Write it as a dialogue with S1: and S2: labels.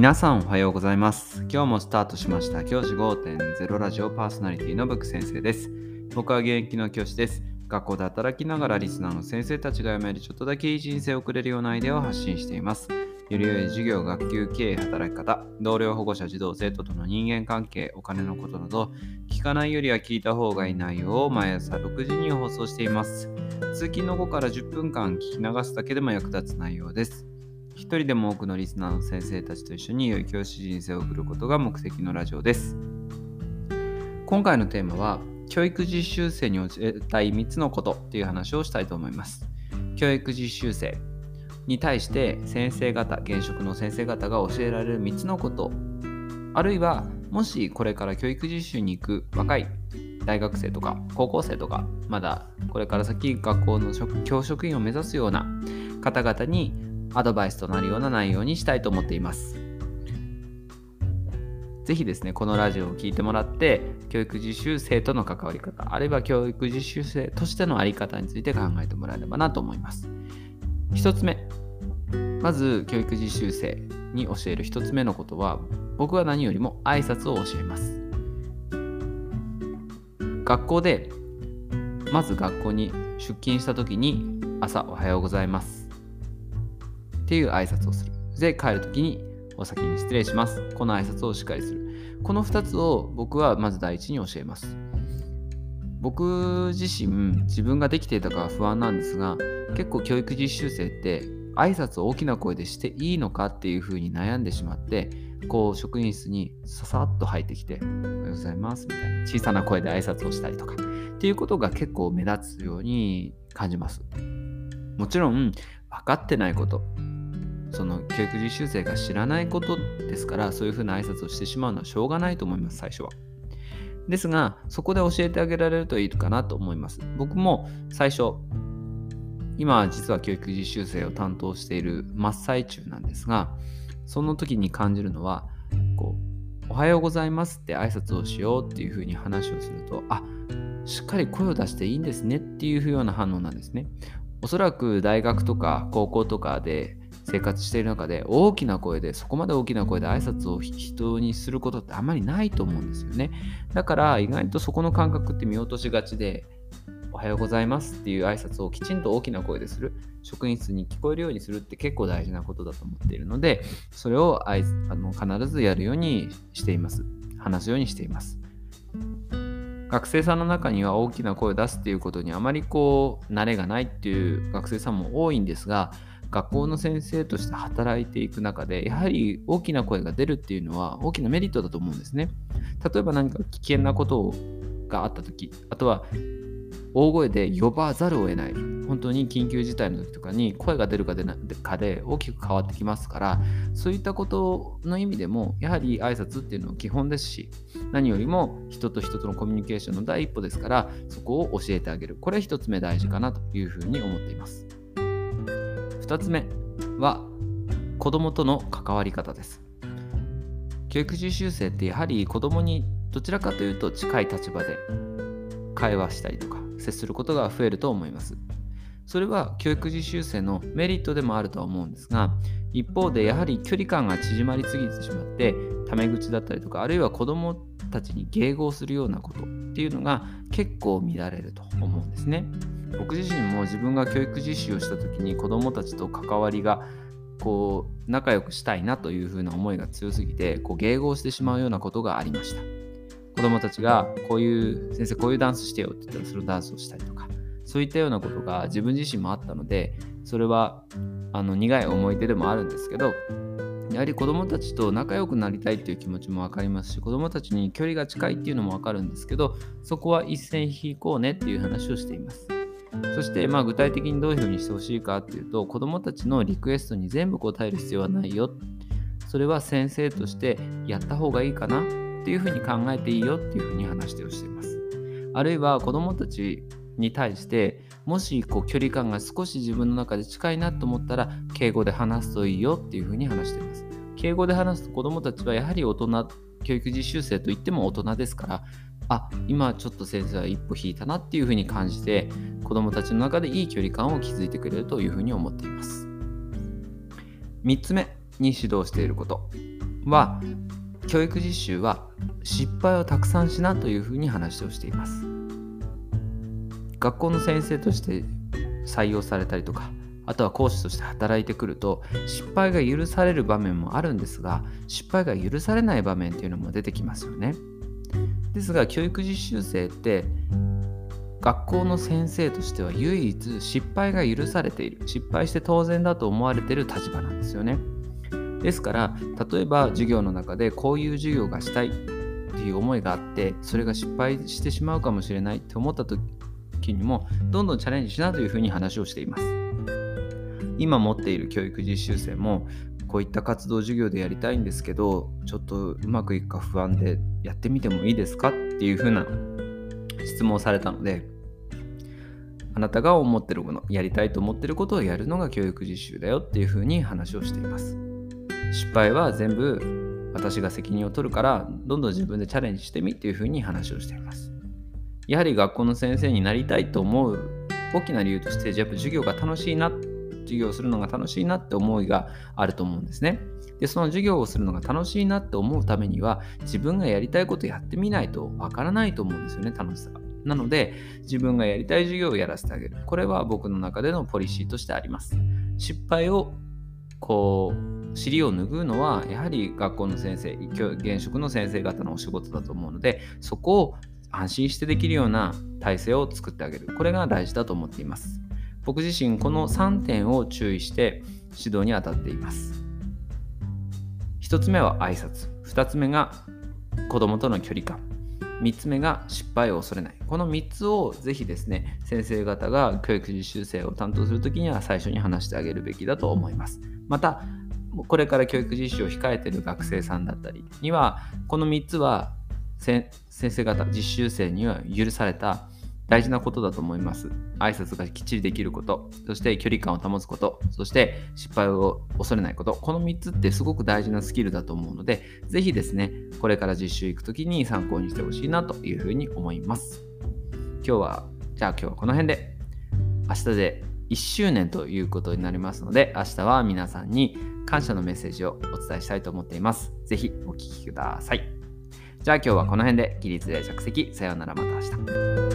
S1: 皆さんおはようございます。今日もスタートしました教師 5.0 ラジオパーソナリティのブック先生です。僕は現役の教師です。学校で働きながらリスナーの先生たちが読めるちょっとだけいい人生を送れるようなアイデアを発信しています。より良い授業、学級、経営、働き方、同僚、保護者、児童、生徒との人間関係、お金のことなど、聞かないよりは聞いた方がいい内容を毎朝6時に放送しています。通勤の後から10分間聞き流すだけでも役立つ内容です。一人でも多くのリスナーの先生たちと一緒に良い教師人生を送ることが目的のラジオです。今回のテーマは教育実習生に教えたい3つのことっていう話をしたいと思います。教育実習生に対して先生方、現職の先生方が教えられる3つのこと、あるいはもしこれから教育実習に行く若い大学生とか高校生とか、まだこれから先学校の教職員を目指すような方々にアドバイスとなるような内容にしたいと思っています。ぜひですね、このラジオを聞いてもらって、教育実習生との関わり方、あるいは教育実習生としての在り方について考えてもらえればなと思います。一つ目、まず教育実習生に教える一つ目のことは、僕は何よりも挨拶を教えます。学校で、まず学校に出勤した時に、朝おはようございますっていう挨拶をする。で、帰るときにお先に失礼します。この挨拶をしっかりする。この2つを僕はまず第一に教えます。僕自身、自分ができていたかは不安なんですが、結構教育実習生って挨拶を大きな声でしていいのかっていうふうに悩んでしまって、職員室にささっと入ってきて、おはようございますみたいな小さな声で挨拶をしたりとかっていうことが結構目立つように感じます。もちろん分かってないこと、その教育実習生が知らないことですから、そういうふうな挨拶をしてしまうのはしょうがないと思います。最初はですが、そこで教えてあげられるといいかなと思います。僕も最初、今実は教育実習生を担当している真っ最中なんですが、その時に感じるのは、おはようございますって挨拶をしようっていうふうに話をすると、しっかり声を出していいんですねっていうような反応なんですね。おそらく大学とか高校とかで生活している中でそこまで大きな声で挨拶を人にすることってあんまりないと思うんですよね。だから意外とそこの感覚って見落としがちで、おはようございますっていう挨拶をきちんと大きな声でする、職員室に聞こえるようにするって結構大事なことだと思っているので、それを必ずやるようにしています。話すようにしています。学生さんの中には大きな声を出すっていうことにあまり慣れがないっていう学生さんも多いんですが、学校の先生として働いていく中で、やはり大きな声が出るっていうのは大きなメリットだと思うんですね。例えば何か危険なことがあったとき、あとは大声で呼ばざるを得ない、本当に緊急事態の時とかに声が出るか出ないかで大きく変わってきますから、そういったことの意味でもやはり挨拶っていうのは基本ですし、何よりも人と人とのコミュニケーションの第一歩ですから、そこを教えてあげる、これ一つ目大事かなというふうに思っています。二つ目は子どもとの関わり方です。教育実習生ってやはり子どもにどちらかというと近い立場で会話したりとか接することが増えると思います。それは教育実習生のメリットでもあるとは思うんですが、一方でやはり距離感が縮まりすぎてしまってタメ口だったりとか、あるいは子どもたちに迎合するようなことっていうのが結構乱れると思うんですね。僕自身も自分が教育実習をした時に子どもたちと関わりが仲良くしたいなというふうな思いが強すぎて迎合してしまうようなことがありました。子どもたちが先生こういうダンスしてよって言ったらそのダンスをしたりとか、そういったようなことが自分自身もあったので、それは苦い思い出でもあるんですけど、やはり子どもたちと仲良くなりたいっていう気持ちも分かりますし、子どもたちに距離が近いっていうのも分かるんですけど、そこは一線引こうねっていう話をしています。そして具体的にどういうふうにしてほしいかっていうと、子どもたちのリクエストに全部答える必要はないよ、それは先生としてやった方がいいかなっていうふうに考えていいよっていうふうに話しています。あるいは子どもたちに対してもし距離感が少し自分の中で近いなと思ったら敬語で話すといいよっていうふうに話しています。敬語で話すと子どもたちはやはり教育実習生といっても大人ですから、今ちょっと先生は一歩引いたなっていうふうに感じて、子どもたちの中でいい距離感を築いてくれるというふうに思っています。3つ目に指導していること、 は教育実習は失敗をたくさんしなというふうに話をしています。学校の先生として採用されたりとか、あとは講師として働いてくると失敗が許される場面もあるんですが、失敗が許されない場面っていうのも出てきますよね。ですが教育実習生って学校の先生としては唯一失敗が許されている、失敗して当然だと思われている立場なんですよね。ですから例えば授業の中でこういう授業がしたいっていう思いがあって、それが失敗してしまうかもしれないって思った時にもどんどんチャレンジしなというふうに話をしています。今持っている教育実習生もこういった活動授業でやりたいんですけど、ちょっとうまくいくか不安でやってみてもいいですかっていうふうな質問をされたので、あなたが思ってるもの、やりたいと思ってることをやるのが教育実習だよっていうふうに話をしています。失敗は全部私が責任を取るからどんどん自分でチャレンジしてみっていうふうに話をしています。やはり学校の先生になりたいと思う大きな理由として、やっぱ授業が楽しいな、授業をするのが楽しいなって思いがあると思うんですね。で、その授業をするのが楽しいなって思うためには自分がやりたいことをやってみないとわからないと思うんですよね、楽しさが。なので自分がやりたい授業をやらせてあげる、これは僕の中でのポリシーとしてあります。失敗を尻を拭うのはやはり学校の先生、現職の先生方のお仕事だと思うので、そこを安心してできるような体制を作ってあげる、これが大事だと思っています。僕自身この3点を注意して指導に当たっています。1つ目は挨拶、2つ目が子どもとの距離感、3つ目が失敗を恐れない。この3つをぜひですね、先生方が教育実習生を担当するときには最初に話してあげるべきだと思います。またこれから教育実習を控えている学生さんだったりには、この3つは先生方、実習生には許された大事なことだと思います。挨拶がきっちりできること、そして距離感を保つこと、そして失敗を恐れないこと、この3つってすごく大事なスキルだと思うので、ぜひですね、これから実習行くときに参考にしてほしいなというふうに思います。今日はこの辺で、明日で1周年ということになりますので、明日は皆さんに感謝のメッセージをお伝えしたいと思っています。ぜひお聞きください。じゃあ今日はこの辺で。起立で着席。さようなら、また明日。